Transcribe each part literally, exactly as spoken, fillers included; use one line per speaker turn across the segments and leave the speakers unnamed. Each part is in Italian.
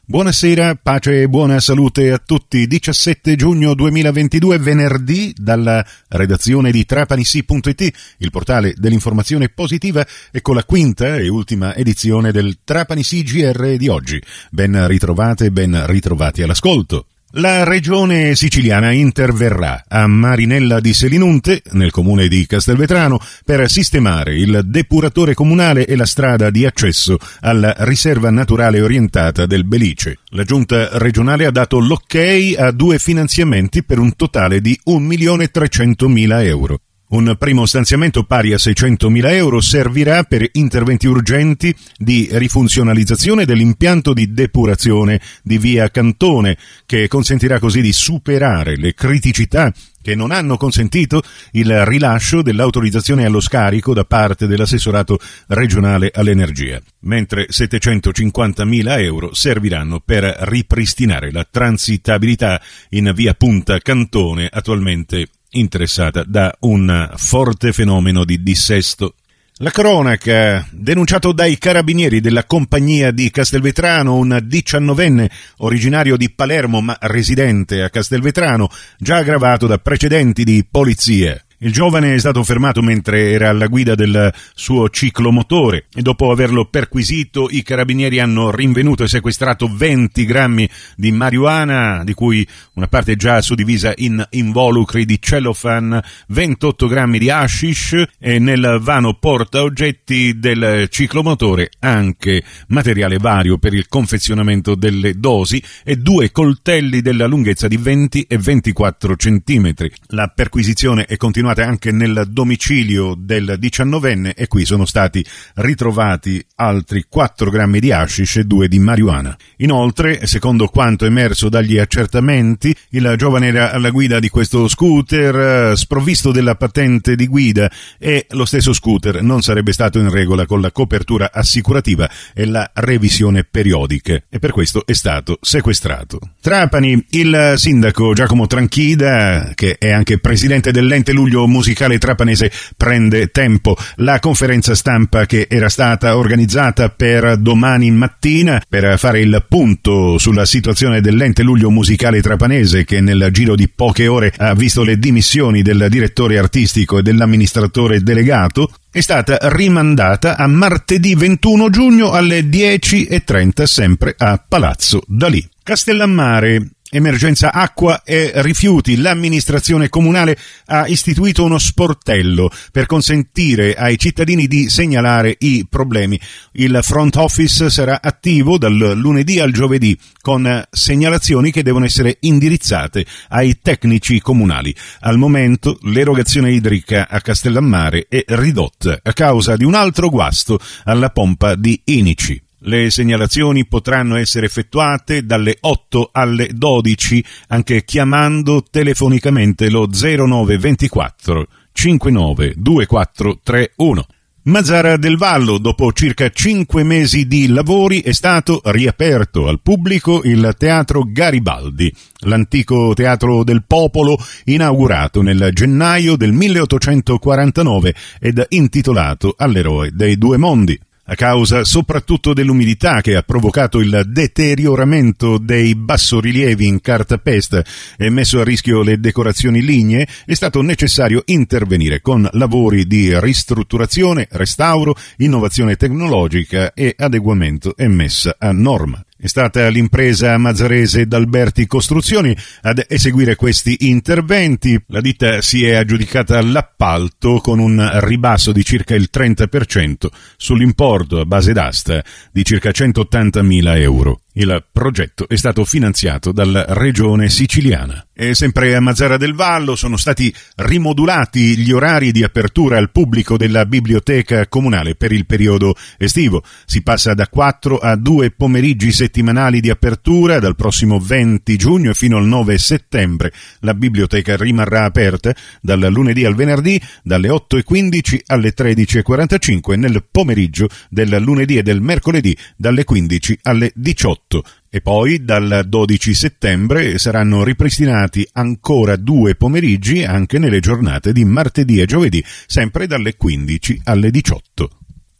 Buonasera, pace e buona salute a tutti. diciassette giugno duemilaventidue, venerdì, dalla redazione di Trapanissi punto it, il portale dell'informazione positiva, e con la quinta e ultima edizione del Trapanissi G R di oggi. Ben ritrovate, ben ritrovati all'ascolto. La regione siciliana interverrà a Marinella di Selinunte, nel comune di Castelvetrano, per sistemare il depuratore comunale e la strada di accesso alla riserva naturale orientata del Belice. La giunta regionale ha dato l'ok a due finanziamenti per un totale di un milione trecentomila euro. Un primo stanziamento pari a seicentomila euro servirà per interventi urgenti di rifunzionalizzazione dell'impianto di depurazione di via Cantone, che consentirà così di superare le criticità che non hanno consentito il rilascio dell'autorizzazione allo scarico da parte dell'assessorato regionale all'energia, mentre settecentocinquantamila euro serviranno per ripristinare la transitabilità in via Punta Cantone, attualmente interessata da un forte fenomeno di dissesto. La cronaca: denunciato dai carabinieri della compagnia di Castelvetrano un diciannovenne originario di Palermo ma residente a Castelvetrano, già aggravato da precedenti di polizia. Il giovane è stato fermato mentre era alla guida del suo ciclomotore e dopo averlo perquisito i carabinieri hanno rinvenuto e sequestrato venti grammi di marijuana, di cui una parte già suddivisa in involucri di cellophane, ventotto grammi di hashish e nel vano portaoggetti del ciclomotore anche materiale vario per il confezionamento delle dosi e due coltelli della lunghezza di venti e ventiquattro centimetri. La perquisizione è continuata anche nel domicilio del diciannovenne e qui sono stati ritrovati altri quattro grammi di hashish e due di marijuana. Inoltre, secondo quanto emerso dagli accertamenti, il giovane era alla guida di questo scooter sprovvisto della patente di guida e lo stesso scooter non sarebbe stato in regola con la copertura assicurativa e la revisione periodiche e per questo è stato sequestrato. Trapani, il sindaco Giacomo Tranchida, che è anche presidente dell'ente Luglio musicale trapanese, prende tempo. La conferenza stampa che era stata organizzata per domani mattina per fare il punto sulla situazione dell'ente Luglio musicale trapanese, che nel giro di poche ore ha visto le dimissioni del direttore artistico e dell'amministratore delegato, è stata rimandata a martedì ventuno giugno alle dieci e trenta sempre a Palazzo Dalì. Castellammare: emergenza acqua e rifiuti. L'amministrazione comunale ha istituito uno sportello per consentire ai cittadini di segnalare i problemi. Il front office sarà attivo dal lunedì al giovedì con segnalazioni che devono essere indirizzate ai tecnici comunali. Al momento l'erogazione idrica a Castellammare è ridotta a causa di un altro guasto alla pompa di Inici. Le segnalazioni potranno essere effettuate dalle otto alle dodici anche chiamando telefonicamente lo zero nove ventiquattro cinquantanove ventiquattro trentuno. Mazzara del Vallo: dopo circa cinque mesi di lavori è stato riaperto al pubblico il Teatro Garibaldi, l'antico Teatro del Popolo inaugurato nel gennaio del milleottocentoquarantanove ed intitolato all'eroe dei due mondi. A causa soprattutto dell'umidità che ha provocato il deterioramento dei bassorilievi in cartapesta e messo a rischio le decorazioni lignee, è stato necessario intervenire con lavori di ristrutturazione, restauro, innovazione tecnologica e adeguamento e messa a norma. È stata l'impresa mazzarese D'Alberti Costruzioni ad eseguire questi interventi. La ditta si è aggiudicata l'appalto con un ribasso di circa il trenta per cento sull'importo a base d'asta di circa centottantamila euro. Il progetto è stato finanziato dalla regione siciliana. E sempre a Mazzara del Vallo sono stati rimodulati gli orari di apertura al pubblico della biblioteca comunale per il periodo estivo. Si passa da quattro a due pomeriggi settimanali di apertura dal prossimo venti giugno fino al nove settembre. La biblioteca rimarrà aperta dal lunedì al venerdì dalle otto e quindici alle tredici e quarantacinque, nel pomeriggio del lunedì e del mercoledì dalle quindici alle diciotto. E poi dal dodici settembre saranno ripristinati ancora due pomeriggi anche nelle giornate di martedì e giovedì, sempre dalle quindici alle diciotto.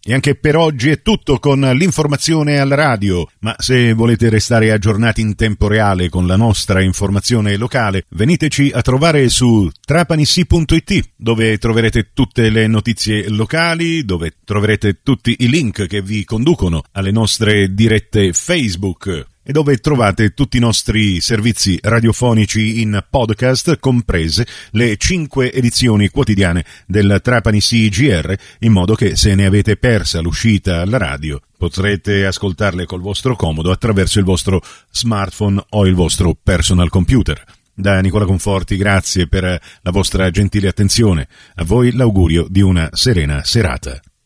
E anche per oggi è tutto con l'informazione alla radio, ma se volete restare aggiornati in tempo reale con la nostra informazione locale, veniteci a trovare su trapanissi punto it, dove troverete tutte le notizie locali, dove troverete tutti i link che vi conducono alle nostre dirette Facebook e dove trovate tutti i nostri servizi radiofonici in podcast, comprese le cinque edizioni quotidiane del Trapani C G R, in modo che se ne avete persa l'uscita alla radio potrete ascoltarle col vostro comodo attraverso il vostro smartphone o il vostro personal computer. Da Nicola Conforti grazie per la vostra gentile attenzione. A voi l'augurio di una serena serata.